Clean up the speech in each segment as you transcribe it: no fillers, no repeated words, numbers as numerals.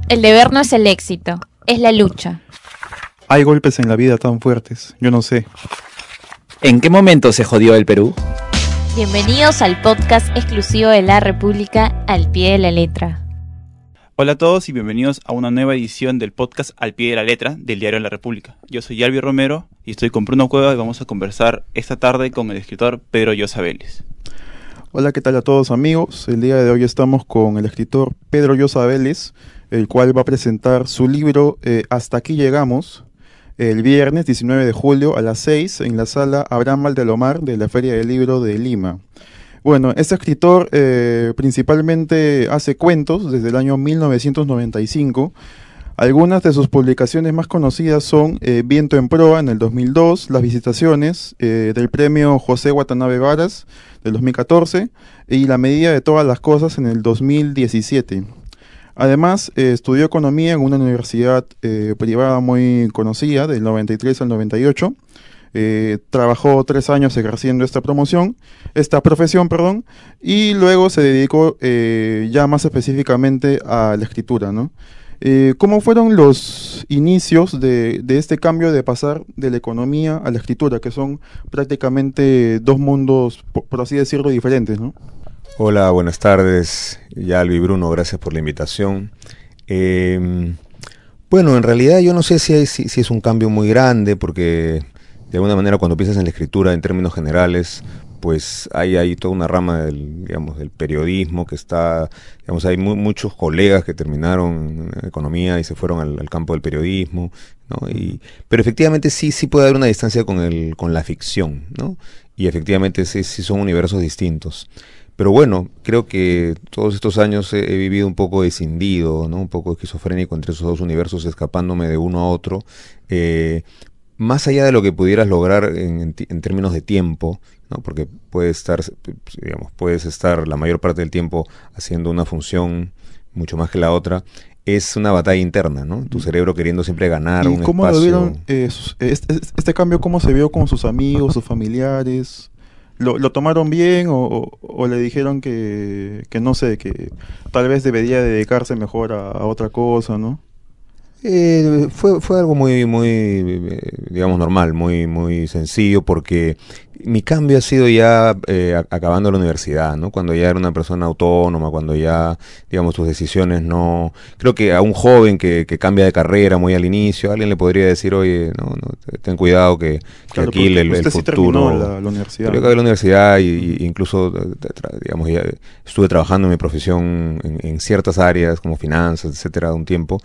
El deber no es el éxito, es la lucha. Hay golpes en la vida tan fuertes, yo no sé. ¿En qué momento se jodió el Perú? Bienvenidos al podcast exclusivo de La República, Al Pie de la Letra. Hola a todos y bienvenidos a una nueva edición del podcast Al Pie de la Letra del diario La República. Yo soy Albi Romero y estoy con Bruno Cueva y vamos a conversar esta tarde con el escritor Pedro Llosa Vélez. Hola, ¿qué tal a todos amigos? El día de hoy estamos con el escritor Pedro Llosa Vélez, el cual va a presentar su libro Hasta aquí llegamos, el viernes 19 de julio a las 6 en la sala Abraham Valdelomar de la Feria del Libro de Lima. Bueno, este escritor principalmente hace cuentos desde el año 1995. Algunas de sus publicaciones más conocidas son Viento en Proa en el 2002, Las Visitaciones del premio José Watanabe Varas del 2014 y La Medida de Todas las Cosas en el 2017. Además, estudió economía en una universidad privada muy conocida del 93 al 98. Trabajó 3 años ejerciendo esta profesión, y luego se dedicó ya más específicamente a la escritura, ¿no? ¿Cómo fueron los inicios de este cambio de pasar de la economía a la escritura, que son prácticamente dos mundos, por así decirlo, diferentes, ¿no? Hola, buenas tardes, Albi, Bruno, gracias por la invitación. Bueno, en realidad yo no sé si es un cambio muy grande, porque de alguna manera cuando piensas en la escritura en términos generales, pues hay toda una rama del periodismo que está, hay muchos colegas que terminaron en economía y se fueron al campo del periodismo, ¿no? Pero efectivamente sí puede haber una distancia con la ficción, ¿no? Y efectivamente sí son universos distintos. Pero bueno, creo que todos estos años he vivido un poco escindido, ¿no? Un poco esquizofrénico entre esos dos universos, escapándome de uno a otro. Más allá de lo que pudieras lograr en términos de tiempo, ¿no? Porque puedes estar la mayor parte del tiempo haciendo una función mucho más que la otra. Es una batalla interna, ¿no? Tu cerebro queriendo siempre ganar un espacio. ¿Y cómo lo vieron este cambio? ¿Cómo se vio con sus amigos, sus familiares? ¿Lo tomaron bien o le dijeron que no sé, que tal vez debería dedicarse mejor a otra cosa, ¿no? Fue algo muy normal, muy sencillo, porque mi cambio ha sido ya acabando la universidad, ¿no? Cuando ya era una persona autónoma, cuando ya, tus decisiones no... Creo que a un joven que cambia de carrera muy al inicio, alguien le podría decir, oye, no ten cuidado que claro, aquí el usted futuro... sí terminó la universidad. Yo acabé la universidad y incluso, ya estuve trabajando en mi profesión en ciertas áreas, como finanzas, etcétera, un tiempo.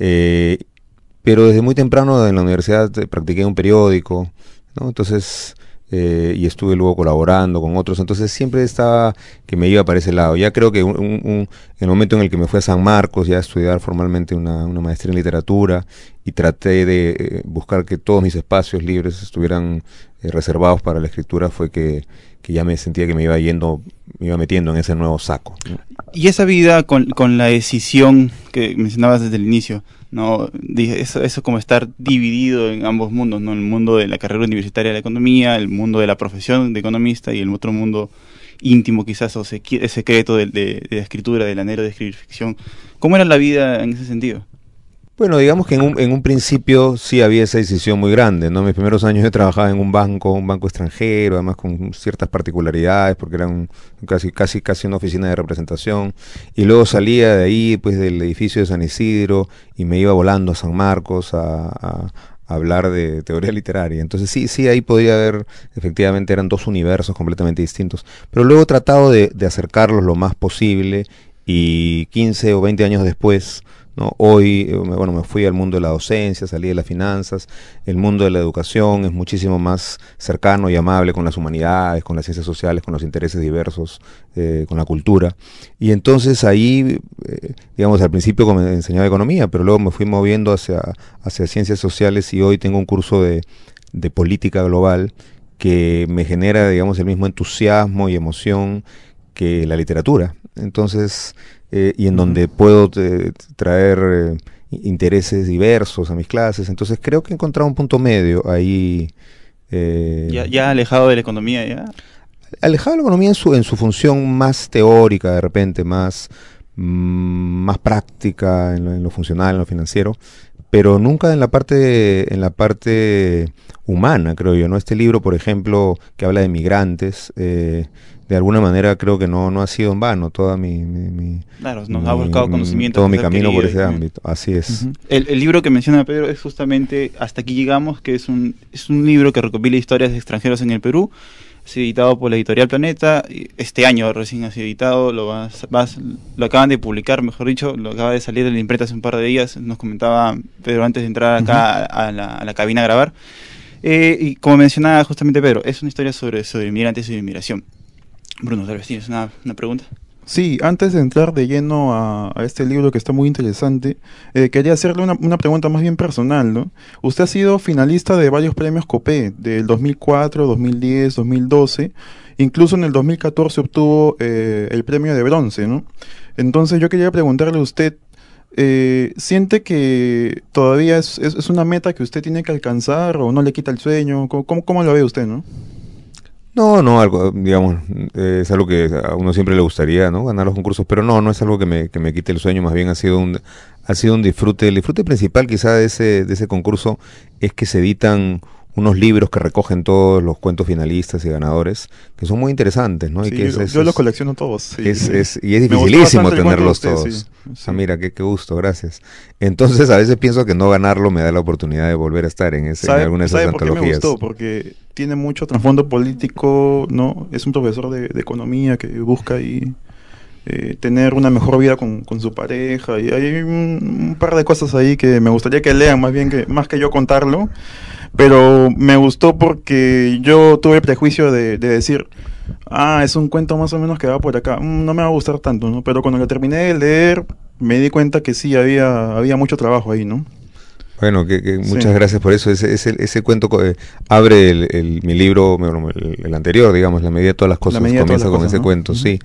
Pero desde muy temprano en la universidad practiqué un periódico, ¿no? Entonces, y estuve luego colaborando con otros, entonces siempre estaba que me iba para ese lado. Ya creo que en el momento en el que me fui a San Marcos ya a estudiar formalmente una maestría en literatura, y traté de buscar que todos mis espacios libres estuvieran reservados para la escritura, fue que ya me sentía que me iba metiendo en ese nuevo saco, ¿no? Y esa vida con la decisión que mencionabas desde el inicio, ¿no? Eso como estar dividido en ambos mundos, ¿no? El mundo de la carrera universitaria de la economía, el mundo de la profesión de economista y el otro mundo íntimo quizás o secreto de la escritura, del anhelo de escribir ficción. ¿Cómo era la vida en ese sentido? Bueno, digamos que en un principio sí había esa decisión muy grande, ¿no? Mis primeros años yo trabajaba en un banco extranjero, además con ciertas particularidades, porque era casi una oficina de representación, y luego salía de ahí, pues, del edificio de San Isidro, y me iba volando a San Marcos a hablar de teoría literaria. Entonces sí, ahí podía haber, efectivamente eran dos universos completamente distintos, pero luego he tratado de acercarlos lo más posible, y 15 o 20 años después, ¿no? Hoy, me fui al mundo de la docencia, salí de las finanzas, el mundo de la educación es muchísimo más cercano y amable con las humanidades, con las ciencias sociales, con los intereses diversos, con la cultura. Y entonces ahí, al principio enseñaba economía, pero luego me fui moviendo hacia ciencias sociales, y hoy tengo un curso de política global que me genera, el mismo entusiasmo y emoción que la literatura. Entonces, y en donde puedo traer intereses diversos a mis clases. Entonces creo que he encontrado un punto medio ahí. Ya alejado de la economía, ya. Alejado de la economía en su función más teórica, de repente, más más práctica en lo funcional, en lo financiero, pero nunca en la parte humana, creo yo, ¿no? Este libro, por ejemplo, que habla de migrantes, de alguna manera creo que no ha sido en vano toda Claro, nos ha buscado conocimiento. todo mi camino por ese ámbito, así es. El libro que menciona Pedro es justamente Hasta aquí llegamos, que es un libro que recopila historias de extranjeros en el Perú. Es editado por la editorial Planeta. Este año recién ha sido editado, lo acaban de publicar, mejor dicho, lo acaba de salir de la imprenta hace un par de días. Nos comentaba Pedro antes de entrar acá a la cabina a grabar. Y como mencionaba justamente Pedro, es una historia sobre inmigrantes y inmigración. Bruno, tal vez tienes una pregunta. Sí, antes de entrar de lleno a este libro que está muy interesante, quería hacerle una pregunta más bien personal, ¿no? Usted ha sido finalista de varios premios COPE, del 2004, 2010, 2012, incluso en el 2014 obtuvo el premio de bronce, ¿no? Entonces yo quería preguntarle a usted, ¿siente que todavía es una meta que usted tiene que alcanzar o no le quita el sueño? ¿Cómo lo ve usted, no? No, algo, digamos, es algo que a uno siempre le gustaría, ¿no? Ganar los concursos, pero no es algo que me quite el sueño, más bien ha sido un disfrute. El disfrute principal quizá de ese concurso es que se editan unos libros que recogen todos los cuentos finalistas y ganadores, que son muy interesantes, ¿no? Sí, y que yo los colecciono todos. Sí. Y es dificilísimo tenerlos todos. Sí. Ah, mira, qué gusto, gracias. Entonces, a veces pienso que no ganarlo me da la oportunidad de volver a estar en alguna de esas antologías. ¿Por qué me gustó? Porque tiene mucho trasfondo político, ¿no? Es un profesor de economía que busca ahí tener una mejor vida con su pareja, y hay un par de cosas ahí que me gustaría que lean, más que yo contarlo. Pero me gustó porque yo tuve el prejuicio de decir, es un cuento más o menos que va por acá, no me va a gustar tanto, ¿no? Pero cuando lo terminé de leer, me di cuenta que sí, había mucho trabajo ahí, ¿no? Bueno, muchas gracias por eso. Ese cuento abre mi libro, el anterior, digamos, La medida de todas las cosas, comienza con ese cuento, sí.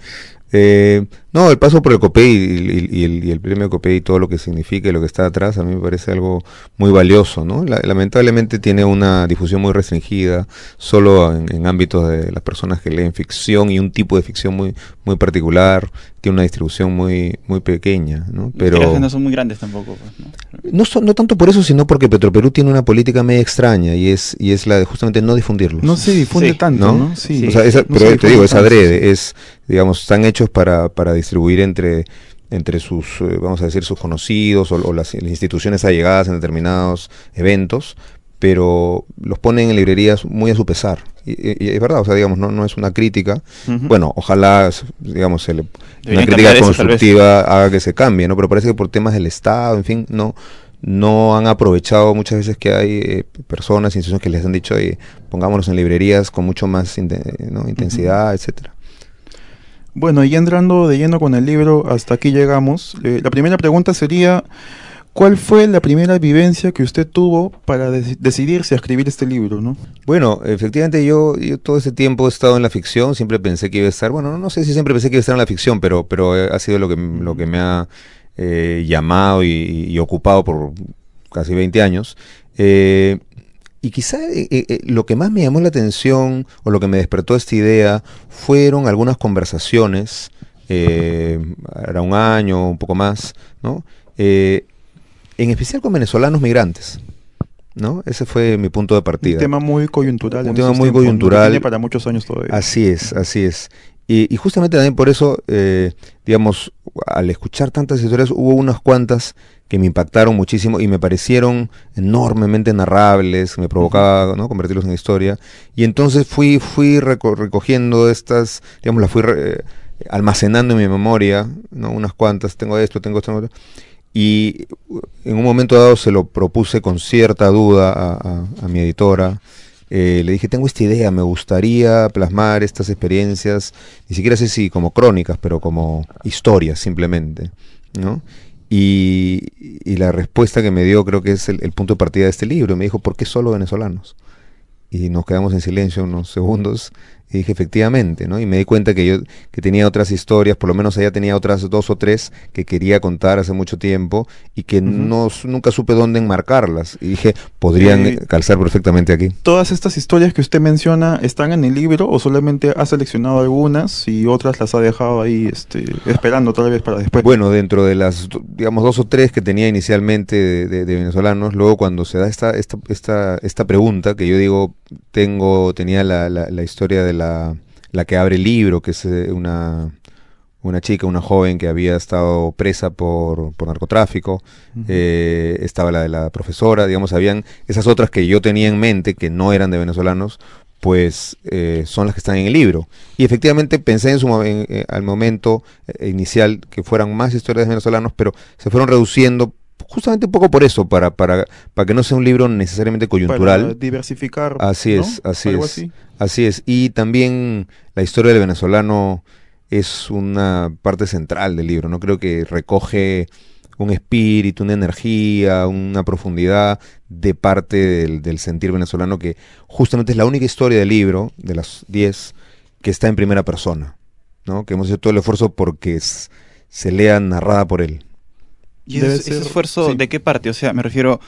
No, el paso por el COPEI y el premio COPEI y todo lo que significa y lo que está atrás, a mí me parece algo muy valioso, ¿no? Lamentablemente tiene una difusión muy restringida, solo en ámbitos de las personas que leen ficción y un tipo de ficción muy particular, tiene una distribución muy pequeña, ¿no? Pero las no son muy grandes tampoco, pues, ¿no? No tanto por eso, sino porque Petroperú tiene una política media extraña y es la de justamente no difundirlos. No se difunde tanto, ¿no? Sí. O sea, pero te digo, es adrede, digamos, están hechos para distribuir entre sus, vamos a decir, sus conocidos o las instituciones allegadas en determinados eventos, pero los ponen en librerías muy a su pesar. Y es verdad, o sea, digamos, no es una crítica. Bueno, ojalá, digamos, una crítica constructiva haga que se cambie, ¿no? Pero parece que por temas del Estado, en fin, no han aprovechado muchas veces que hay personas, instituciones que les han dicho, pongámonos en librerías con mucho más intensidad, etcétera. Bueno, y entrando de lleno con el libro, hasta aquí llegamos. La primera pregunta sería, ¿cuál fue la primera vivencia que usted tuvo para decidirse a escribir este libro, no? Bueno, efectivamente yo todo ese tiempo he estado en la ficción, siempre pensé que iba a estar, bueno, no sé si siempre pensé que iba a estar en la ficción, pero ha sido lo que me ha llamado y ocupado por casi 20 años. Y quizá lo que más me llamó la atención o lo que me despertó esta idea fueron algunas conversaciones, era un año, un poco más, ¿no? En especial con venezolanos migrantes, ¿no? Ese fue mi punto de partida. Un tema muy coyuntural. Un tema muy coyuntural. Tiene para muchos años todavía. Así es. Y justamente también por eso, digamos, al escuchar tantas historias, hubo unas cuantas que me impactaron muchísimo y me parecieron enormemente narrables, me provocaba, ¿no?, convertirlos en historia. Y entonces fui recogiendo estas, digamos, las fui almacenando en mi memoria, ¿no? Unas cuantas, tengo esto. Y en un momento dado se lo propuse con cierta duda a mi editora. Le dije, tengo esta idea, me gustaría plasmar estas experiencias, ni siquiera sé si como crónicas, pero como historias simplemente, ¿no? Y la respuesta que me dio creo que es el punto de partida de este libro. Me dijo, ¿por qué solo venezolanos? Y nos quedamos en silencio unos segundos Y dije, efectivamente, ¿no? Y me di cuenta que tenía otras historias, por lo menos ella tenía otras 2 o 3 que quería contar hace mucho tiempo y que nunca supe dónde enmarcarlas. Y dije, podrían calzar perfectamente aquí. ¿Todas estas historias que usted menciona están en el libro o solamente ha seleccionado algunas y otras las ha dejado ahí esperando tal vez para después? Bueno, dentro de las, digamos, 2 o 3 que tenía inicialmente de venezolanos, luego cuando se da esta pregunta, que yo digo, tenía la historia de la que abre el libro, que es una chica, una joven que había estado presa por narcotráfico, estaba la de la profesora, digamos, habían esas otras que yo tenía en mente, que no eran de venezolanos, pues son las que están en el libro. Y efectivamente pensé al momento inicial que fueran más historias de venezolanos, pero se fueron reduciendo justamente un poco por eso, para que no sea un libro necesariamente coyuntural. Para diversificar. Así ¿no? es, así Algo es. así. Así es. Y también la historia del venezolano es una parte central del libro, ¿no? Creo que recoge un espíritu, una energía, una profundidad de parte del sentir venezolano, que justamente es la única historia del libro, de las 10, que está en primera persona, ¿no? Que hemos hecho todo el esfuerzo porque se lea narrada por él. ¿Y ese esfuerzo de qué parte? O sea, me refiero,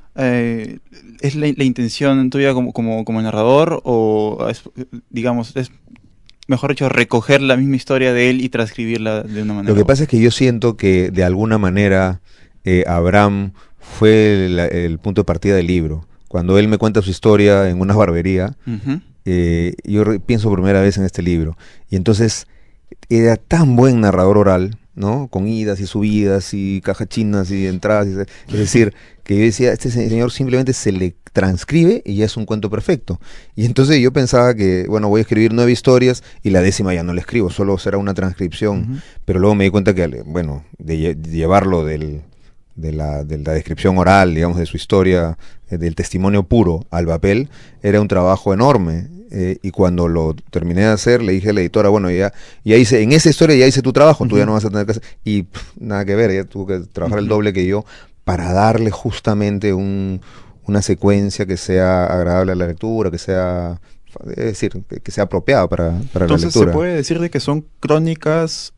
¿es la intención tuya como narrador o, digamos, es, mejor dicho, recoger la misma historia de él y transcribirla de una manera? Lo que pasa es que yo siento que de alguna manera Abraham fue el punto de partida del libro. Cuando él me cuenta su historia en una barbería, yo pienso por primera vez en este libro. Y entonces era tan buen narrador oral, ¿no? Con idas y subidas y cajas chinas y entradas. Es decir, que yo decía, este señor simplemente se le transcribe y ya es un cuento perfecto. Y entonces yo pensaba que, bueno, voy a escribir 9 historias y la 10ª ya no la escribo, solo será una transcripción. Pero luego me di cuenta que, bueno, de llevarlo de la descripción oral, digamos, de su historia, del testimonio puro al papel, era un trabajo enorme. Y cuando lo terminé de hacer, le dije a la editora, bueno, ya hice, en esa historia ya hice tu trabajo, tú ya no vas a tener que hacer, y nada que ver, ella tuvo que trabajar el doble que yo para darle justamente una secuencia que sea agradable a la lectura, que sea, es decir, que sea apropiada para la lectura. Entonces se puede decir de que son crónicas,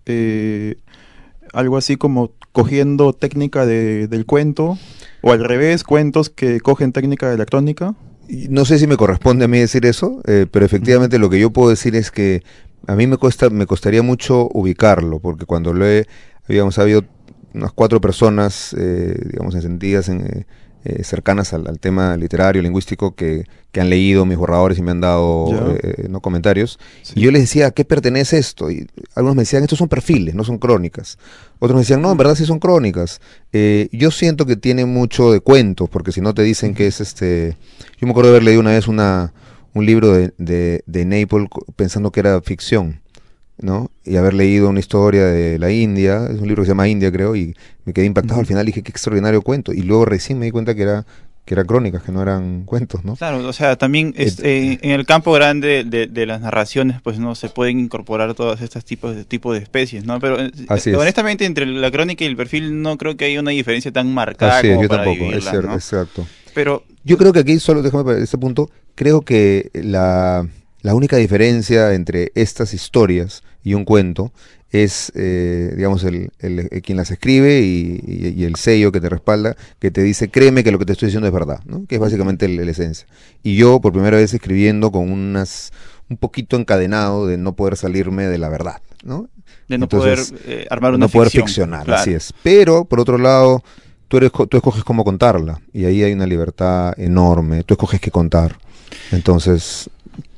algo así como cogiendo técnica del cuento, o al revés, cuentos que cogen técnica de la crónica. No sé si me corresponde a mí decir eso, pero efectivamente lo que yo puedo decir es que a mí me costaría mucho ubicarlo, porque cuando habíamos habido unas 4 personas, digamos, encendidas, cercanas al tema literario, lingüístico, que han leído mis borradores y me han dado no comentarios. Sí. Y yo les decía, ¿a qué pertenece esto? Y algunos me decían, estos son perfiles, no son crónicas. Otros me decían, no, en verdad sí son crónicas. Yo siento que tiene mucho de cuentos, porque si no te dicen que es Yo me acuerdo de haber leído una vez un libro de Naples pensando que era ficción, ¿no? Y haber leído una historia de la India, es un libro que se llama India, creo, y me quedé impactado. Al final dije, qué extraordinario cuento, y luego recién me di cuenta que eran crónicas, que no eran cuentos, ¿no? Claro, o sea, también en el campo grande de las narraciones, pues no se pueden incorporar todos estos tipos de especies, ¿no? Pero honestamente, entre la crónica y el perfil no creo que haya una diferencia tan marcada como yo para tampoco, dividirlas, es cierto, ¿no? exacto. Pero yo creo que aquí, solo déjame para este punto, creo que la única diferencia entre estas historias y un cuento es, digamos, quien las escribe y el sello que te respalda, que te dice, créeme que lo que te estoy diciendo es verdad, ¿no? Que es básicamente la esencia. Y yo, por primera vez escribiendo con un poquito encadenado de no poder salirme de la verdad, ¿no? De no poder armar una ficción. No poder ficcionar, claro. Así es. Pero, por otro lado, tú escoges cómo contarla, y ahí hay una libertad enorme, tú escoges qué contar. Entonces...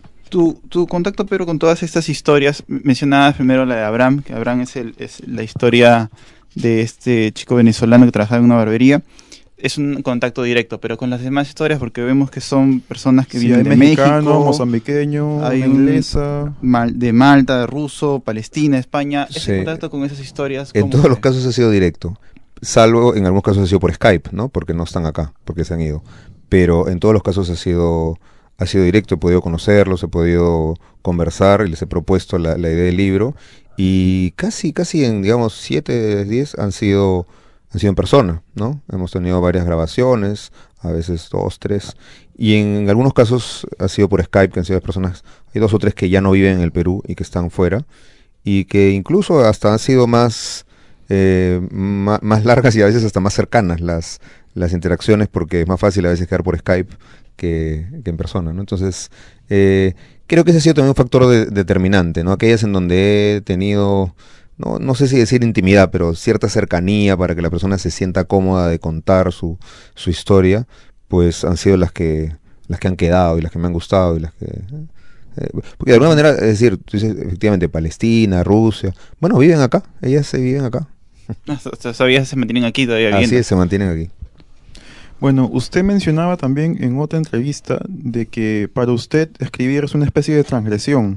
Tu contacto, Pedro, con todas estas historias, mencionabas primero la de Abraham, que Abraham es la historia de este chico venezolano que trabajaba en una barbería. Es un contacto directo, pero con las demás historias, porque vemos que son personas que vienen de mexicano, México, mozambiqueño, hay inglesa, de Malta, de ruso, Palestina, España. Sí. Ese contacto con esas historias. En todos los casos ha sido directo, salvo en algunos casos ha sido por Skype, ¿no? Porque no están acá, porque se han ido. Pero en todos los casos ha sido directo, he podido conocerlos, he podido conversar y les he propuesto la idea del libro, y casi en, digamos, 7 de 10 han sido en persona, ¿no? Hemos tenido varias grabaciones, a veces 2, 3, Y en algunos casos ha sido por Skype, que han sido las personas, hay 2 o 3 que ya no viven en el Perú y que están fuera, y que incluso hasta han sido más largas y a veces hasta más cercanas las interacciones, porque es más fácil a veces quedar por Skype que en persona, ¿no? Entonces, creo que ese ha sido también un factor determinante, ¿no? Aquellas en donde he tenido, no sé si decir intimidad, pero cierta cercanía para que la persona se sienta cómoda de contar su historia, pues han sido las que han quedado y las que me han gustado y las que... porque de alguna manera, es decir, tú dices, efectivamente, Palestina, Rusia, bueno, viven acá, ellas se viven acá. Todavía se mantienen aquí, todavía Así viviendo. es, se mantienen aquí. Bueno, usted mencionaba también en otra entrevista de que para usted escribir es una especie de transgresión.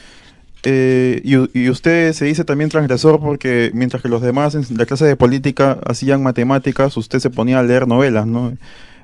Y usted se dice también transgresor porque mientras que los demás en la clase de política hacían matemáticas, usted se ponía a leer novelas, ¿no?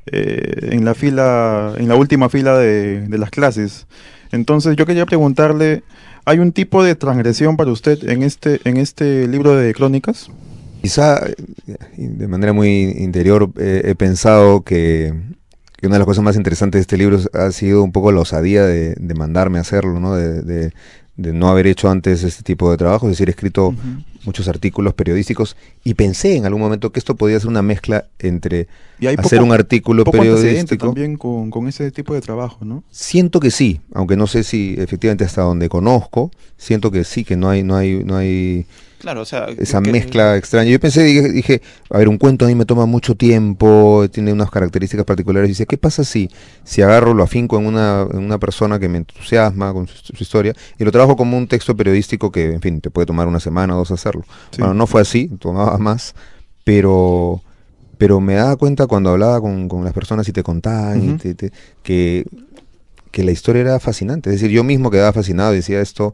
En la última fila de las clases. Entonces yo quería preguntarle, ¿hay un tipo de transgresión para usted en este libro de crónicas? Quizá de manera muy interior he pensado que una de las cosas más interesantes de este libro ha sido un poco la osadía de mandarme a hacerlo, ¿no? De no haber hecho antes este tipo de trabajo, es decir, he escrito muchos artículos periodísticos y pensé en algún momento que esto podía ser una mezcla entre hacer un artículo periodístico también con ese tipo de trabajo, ¿no? Siento que sí, aunque no sé si efectivamente hasta donde conozco, siento que sí, que no hay Claro, o sea, esa mezcla extraña. Yo pensé, dije, a ver, un cuento a mí me toma mucho tiempo, tiene unas características particulares. Y dice, ¿qué pasa si agarro, lo afinco en una persona que me entusiasma con su historia y lo trabajo como un texto periodístico que, en fin, te puede tomar 1 semana o 2 hacerlo? Sí. Bueno, no fue así, tomaba más, pero me daba cuenta cuando hablaba con las personas y te contaban que la historia era fascinante. Es decir, yo mismo quedaba fascinado y decía esto.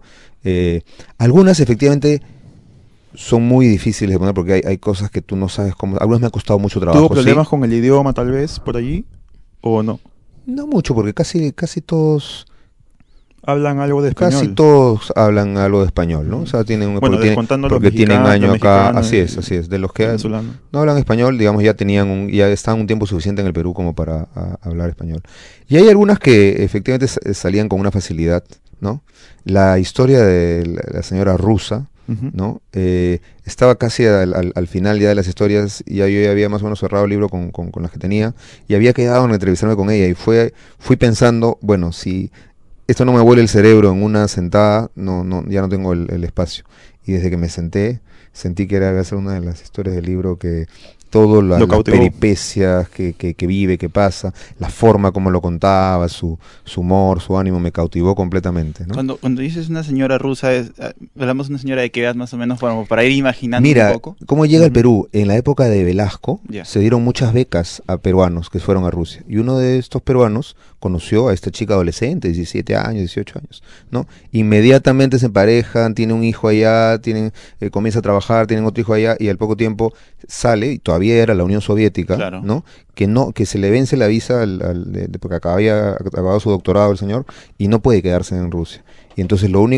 Algunas efectivamente son muy difíciles de poner porque hay cosas que tú no sabes cómo. Algunas me ha costado mucho trabajo. ¿Tuvo problemas con el idioma tal vez por allí o no? No mucho, porque casi todos hablan algo de español. Casi todos hablan algo de español, ¿no? O sea, tienen porque tienen año acá, así es, de los que no hablan español, digamos, ya estaban un tiempo suficiente en el Perú como para hablar español. Y hay algunas que efectivamente salían con una facilidad, ¿no? La historia de la señora rusa, ¿no? Estaba casi al final ya de las historias, y yo ya había más o menos cerrado el libro con las que tenía, y había quedado en entrevistarme con ella, y fui pensando, bueno, si esto no me vuela el cerebro en una sentada, ya no tengo el espacio. Y desde que me senté, sentí que iba a ser una de las historias del libro que todo las peripecias que vive, que pasa, la forma como lo contaba, su humor, su ánimo, me cautivó completamente, ¿no? Cuando dices una señora rusa, hablamos de una señora de qué edad más o menos para ir imaginando un poco. Mira, cómo llega al Perú. En la época de Velasco se dieron muchas becas a peruanos que fueron a Rusia. Y uno de estos peruanos conoció a esta chica adolescente, 17 años, 18 años, ¿no? Inmediatamente se emparejan, tiene un hijo allá, comienza a trabajar, tienen otro hijo allá, y al poco tiempo sale, y todavía era la Unión Soviética, claro, ¿no? Que se le vence la visa porque había acabado su doctorado el señor y no puede quedarse en Rusia. Y entonces en la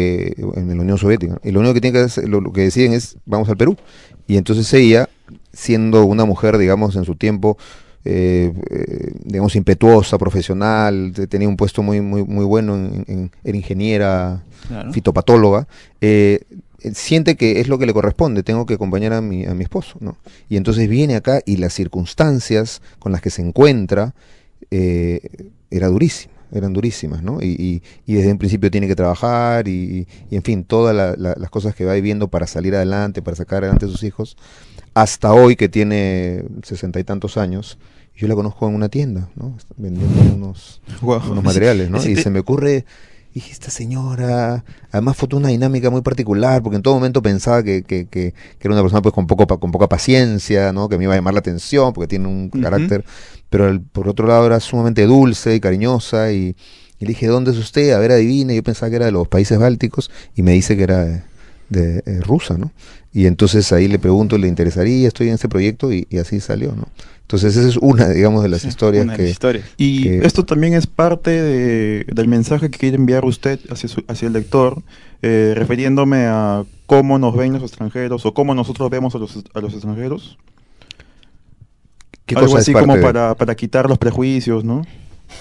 Unión Soviética, y lo único que tiene que hacer, lo que deciden es vamos al Perú. Y entonces ella, siendo una mujer, digamos, en su tiempo, digamos, impetuosa, profesional, tenía un puesto muy bueno era ingeniera, claro, fitopatóloga, siente que es lo que le corresponde, tengo que acompañar a mi esposo, ¿no? Y entonces viene acá y las circunstancias con las que se encuentra eran durísimas, ¿no? Y desde un principio tiene que trabajar y en fin, todas las cosas que va viviendo para salir adelante, para sacar adelante a sus hijos, hasta hoy que tiene 60 y tantos años. Yo la conozco en una tienda, ¿no? Vendiendo unos materiales, ¿no? Y se me ocurre... Dije, esta señora, además fue una dinámica muy particular, porque en todo momento pensaba que era una persona pues con poca paciencia, ¿no? Que me iba a llamar la atención, porque tiene un carácter, pero por otro lado era sumamente dulce y cariñosa, y le dije, ¿dónde es usted? A ver, adivine. Yo pensaba que era de los países bálticos, y me dice que era de rusa, ¿no? Y entonces ahí le pregunto, ¿le interesaría? Estoy en este proyecto, y así salió, ¿no? Entonces esa es una, digamos, de las historias Y esto también es parte del mensaje que quiere enviar usted hacia el lector, refiriéndome a cómo nos ven los extranjeros o cómo nosotros vemos a los extranjeros. Algo así como para quitar los prejuicios, ¿no?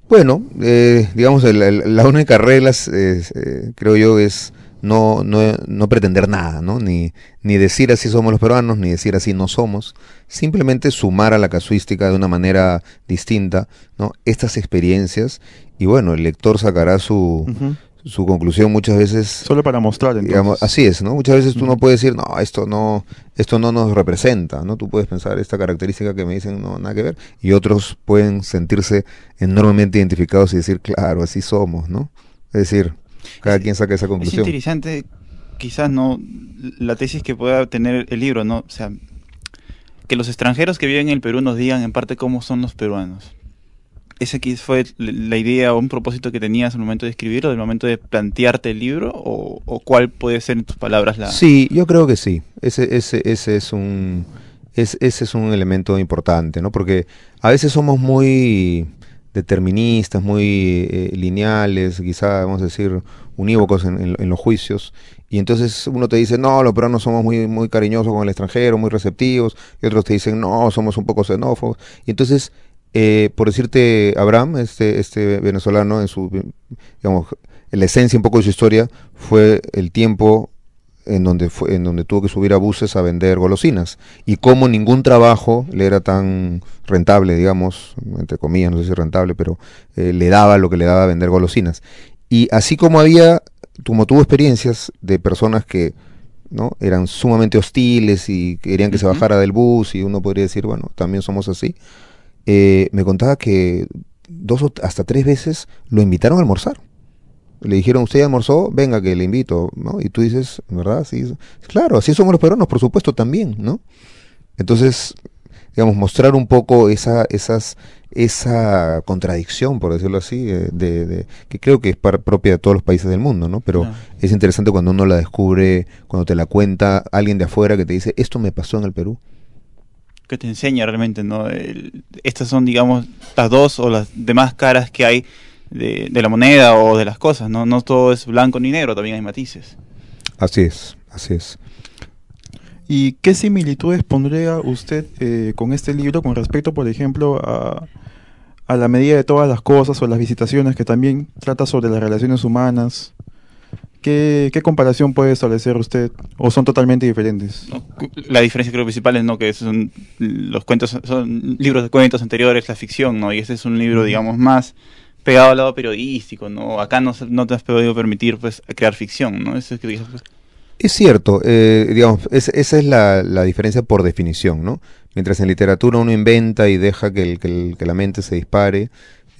Bueno, digamos, la única regla, creo yo, es no pretender nada, ¿no? Ni decir así somos los peruanos, ni decir así no somos. Simplemente sumar a la casuística de una manera distinta, ¿no? Estas experiencias, y bueno, el lector sacará su conclusión muchas veces. Solo para mostrar, entonces. Digamos, así es, ¿no? Muchas veces tú no puedes decir, no, esto no nos representa, ¿no? Tú puedes pensar, esta característica que me dicen, no, nada que ver, y otros pueden sentirse enormemente identificados y decir, claro, así somos, ¿no? Es decir, cada quien saca esa conclusión. Es interesante, quizás, ¿no?, la tesis que pueda tener el libro, ¿no? O sea, que los extranjeros que viven en el Perú nos digan en parte cómo son los peruanos. ¿Ese aquí fue la idea o un propósito que tenías al momento de escribir o del momento de plantearte el libro? ¿O cuál puede ser, en tus palabras, la...? Sí, yo creo que sí. Ese es un elemento importante, ¿no? Porque a veces somos muy deterministas, muy lineales, quizá, vamos a decir, unívocos en los juicios. Y entonces uno te dice, no, los peruanos somos muy, muy cariñosos con el extranjero, muy receptivos. Y otros te dicen, no, somos un poco xenófobos. Y entonces... por decirte, Abraham, este venezolano, digamos, en la esencia un poco de su historia, fue el tiempo en donde tuvo que subir a buses a vender golosinas, y como ningún trabajo le era tan rentable, digamos, entre comillas, no sé si rentable, pero le daba lo que le daba vender golosinas. Y así como tuvo experiencias de personas que, ¿no?, eran sumamente hostiles y querían que se bajara del bus, y uno podría decir, bueno, también somos así. Me contaba que 2 o hasta 3 veces lo invitaron a almorzar. Le dijeron, ¿usted ya almorzó? Venga, que le invito, ¿no? Y tú dices, ¿verdad? Sí, claro, así somos los peruanos, por supuesto, también, ¿no? Entonces, digamos, mostrar un poco esa contradicción, por decirlo así, que creo que es propia de todos los países del mundo, ¿no? Pero es interesante cuando uno la descubre, cuando te la cuenta alguien de afuera que te dice, esto me pasó en el Perú. Que te enseña realmente, ¿no? Estas son, digamos, las dos o las demás caras que hay de la moneda o de las cosas, ¿no? No todo es blanco ni negro, también hay matices. Así es, así es. ¿Y qué similitudes pondría usted con este libro con respecto, por ejemplo, a La medida de todas las cosas o Las visitaciones, que también trata sobre las relaciones humanas? ¿Qué comparación puede establecer usted? ¿O son totalmente diferentes? No, la diferencia creo principal es, ¿no?, que son los cuentos, son libros de cuentos anteriores, la ficción, ¿no? Y este es un libro, digamos, más pegado al lado periodístico, ¿no? Acá no te has podido permitir, pues, crear ficción, ¿no? Eso es que dices, pues. Es cierto, digamos, esa es la diferencia por definición, ¿no? Mientras en literatura uno inventa y deja que la mente se dispare,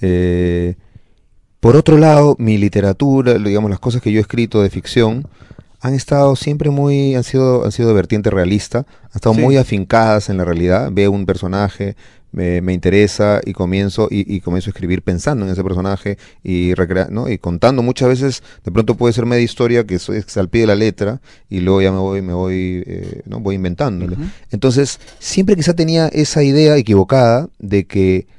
por otro lado, mi literatura, digamos, las cosas que yo he escrito de ficción, han estado siempre han sido de vertiente realista, han estado muy afincadas en la realidad. Veo un personaje, me interesa y comienzo a escribir pensando en ese personaje y ¿no? Y contando. Muchas veces de pronto puede ser media historia que es al pie de la letra, y luego ya ¿no?, voy inventándole. Entonces, siempre quizá tenía esa idea equivocada de que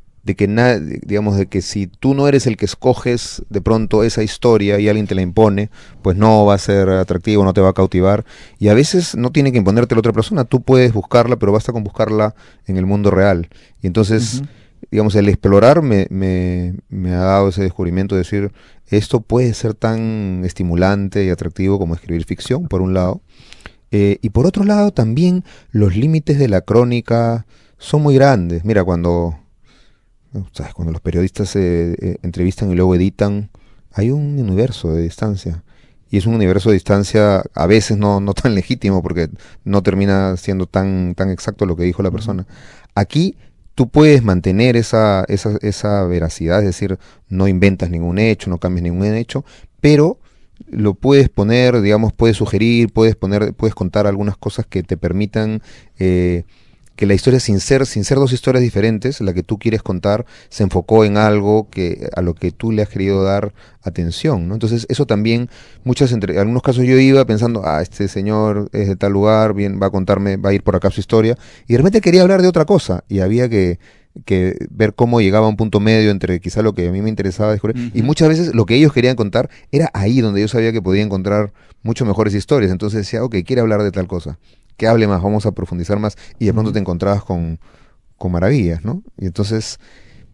si tú no eres el que escoges de pronto esa historia y alguien te la impone, pues no va a ser atractivo, no te va a cautivar. Y a veces no tiene que imponerte la otra persona, tú puedes buscarla, pero basta con buscarla en el mundo real. Y entonces, digamos, el explorar me ha dado ese descubrimiento de decir, esto puede ser tan estimulante y atractivo como escribir ficción, por un lado. Y por otro lado, también los límites de la crónica son muy grandes. Mira, cuando los periodistas se entrevistan y luego editan, hay un universo de distancia, y es un universo de distancia a veces no tan legítimo, porque no termina siendo tan exacto lo que dijo la persona. Aquí tú puedes mantener esa veracidad, es decir, no inventas ningún hecho, no cambias ningún hecho, pero lo puedes poner, digamos, puedes sugerir, puedes contar algunas cosas que te permitan que la historia, sin ser 2 historias diferentes, la que tú quieres contar se enfocó en algo a lo que tú le has querido dar atención, ¿no? Entonces eso también, en algunos casos yo iba pensando, este señor es de tal lugar, bien, va a ir por acá su historia, y de repente quería hablar de otra cosa, y había que ver cómo llegaba a un punto medio entre quizá lo que a mí me interesaba descubrir, y muchas veces lo que ellos querían contar era ahí donde yo sabía que podía encontrar mucho mejores historias. Entonces decía, ok, quiere hablar de tal cosa, que hable más, vamos a profundizar más, y de pronto te encontrabas con maravillas, ¿no? Y entonces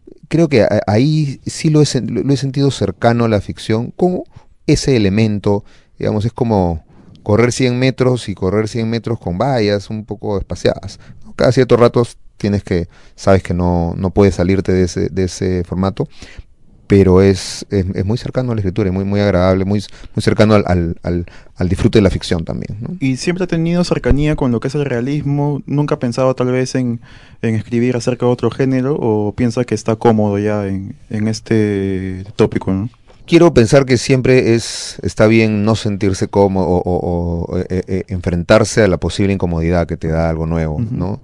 creo que ahí sí lo he sentido cercano a la ficción, como ese elemento, digamos, es como correr 100 metros y correr 100 metros con vallas un poco espaciadas, ¿no? Cada ciertos ratos sabes que no puedes salirte de ese formato, pero es muy cercano a la escritura, muy, muy agradable, muy cercano al disfrute de la ficción también, ¿no? Y siempre ha tenido cercanía con lo que es el realismo. ¿Nunca ha pensado tal vez en escribir acerca de otro género, o piensa que está cómodo ya en este tópico, ¿no? Quiero pensar que siempre está bien no sentirse cómodo o enfrentarse a la posible incomodidad que te da algo nuevo, ¿no?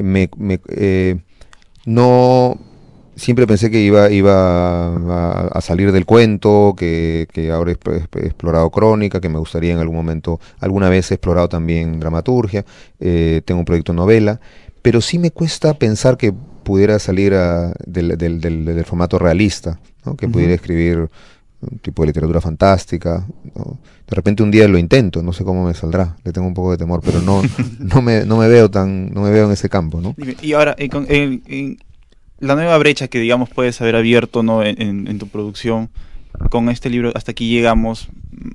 No siempre pensé que iba a salir del cuento, que ahora he explorado crónica, que me gustaría en algún momento, alguna vez he explorado también dramaturgia, tengo un proyecto novela, pero sí me cuesta pensar que pudiera salir del formato realista, ¿no? Que pudiera escribir un tipo de literatura fantástica, ¿no? De repente un día lo intento, no sé cómo me saldrá, le tengo un poco de temor, pero no me veo en ese campo, ¿no? Y ahora, la nueva brecha que, digamos, puedes haber abierto, ¿no?, en tu producción con este libro, Hasta aquí llegamos,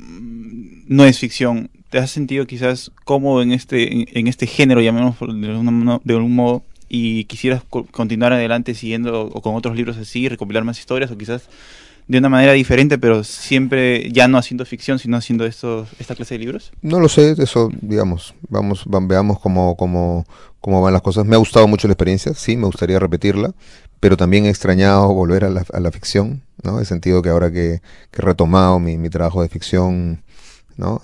no es ficción. ¿Te has sentido quizás cómodo en este género, llamémoslo de algún modo, y quisieras continuar adelante siguiendo o con otros libros así, recopilar más historias, o quizás de una manera diferente, pero siempre ya no haciendo ficción, sino haciendo esta clase de libros? No lo sé, eso, digamos, veamos cómo van las cosas. Me ha gustado mucho la experiencia, sí, me gustaría repetirla, pero también he extrañado volver a la ficción, ¿no? He sentido que ahora que he retomado mi trabajo de ficción, ¿no?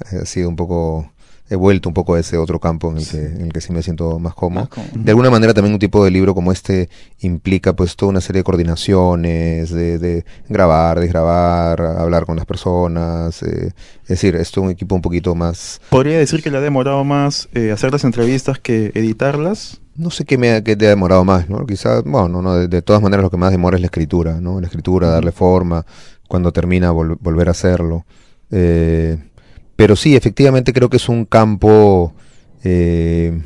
He vuelto un poco a ese otro campo en el que sí me siento más cómodo. De alguna manera también un tipo de libro como este implica pues toda una serie de coordinaciones, de grabar, desgrabar, hablar con las personas, es decir, esto es un equipo un poquito más... ¿Podría decir que le ha demorado más hacer las entrevistas que editarlas? No sé qué te ha demorado más, ¿no? Quizás, bueno, no, de todas maneras lo que más demora es la escritura, ¿no? La escritura, darle forma, cuando termina volver a hacerlo. Pero sí, efectivamente creo que es un campo... es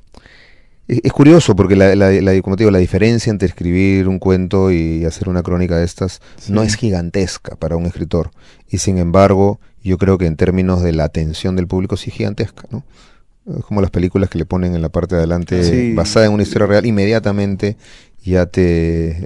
curioso porque como te digo, la diferencia entre escribir un cuento y hacer una crónica de estas no es gigantesca para un escritor. Y sin embargo, yo creo que en términos de la atención del público sí es gigantesca, ¿no? Es como las películas que le ponen en la parte de adelante basada en una historia real, inmediatamente ya te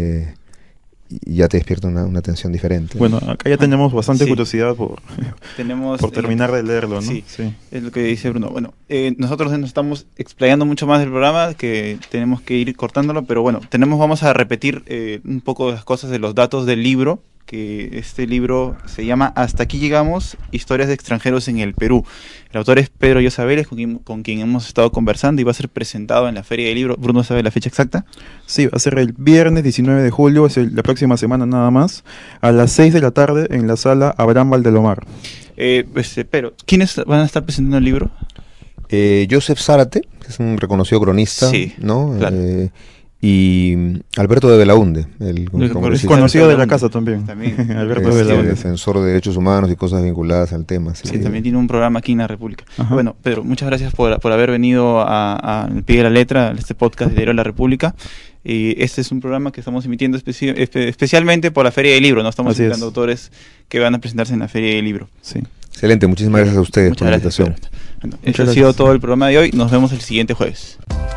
despierta una atención diferente. Bueno, acá ya tenemos bastante curiosidad por terminar de leerlo, ¿no? Sí, es lo que dice Bruno. Bueno, nosotros nos estamos explayando mucho más del programa, que tenemos que ir cortándolo, pero bueno, vamos a repetir un poco las cosas de los datos del libro, que este libro se llama Hasta aquí llegamos, historias de extranjeros en el Perú. El autor es Pedro Llosa Vélez, con quien hemos estado conversando, y va a ser presentado en la Feria del Libro. ¿Bruno sabe la fecha exacta? Sí, va a ser el viernes 19 de julio, es la próxima semana nada más, a las 6 de la tarde en la sala Abraham Valdelomar. Pero, ¿quiénes van a estar presentando el libro? Joseph Zárate, que es un reconocido cronista, ¿no? Claro. Y Alberto de Belaunde, el conocido de la casa también. Alberto de Belaunde, defensor de derechos humanos y cosas vinculadas al tema. Sí, también tiene un programa aquí en la República. Ajá. Bueno, Pedro, muchas gracias por haber venido al Pie de la Letra, a este podcast de Diario de la República. Y este es un programa que estamos emitiendo especialmente por la Feria del Libro, ¿no? Estamos invitando autores que van a presentarse en la Feria del Libro. Sí. Excelente, muchísimas gracias a ustedes por la invitación. Bueno, eso ha sido todo el programa de hoy. Nos vemos el siguiente jueves.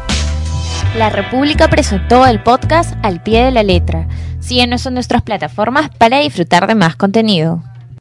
La República presentó el podcast Al Pie de la Letra. Síguenos en nuestras plataformas para disfrutar de más contenido.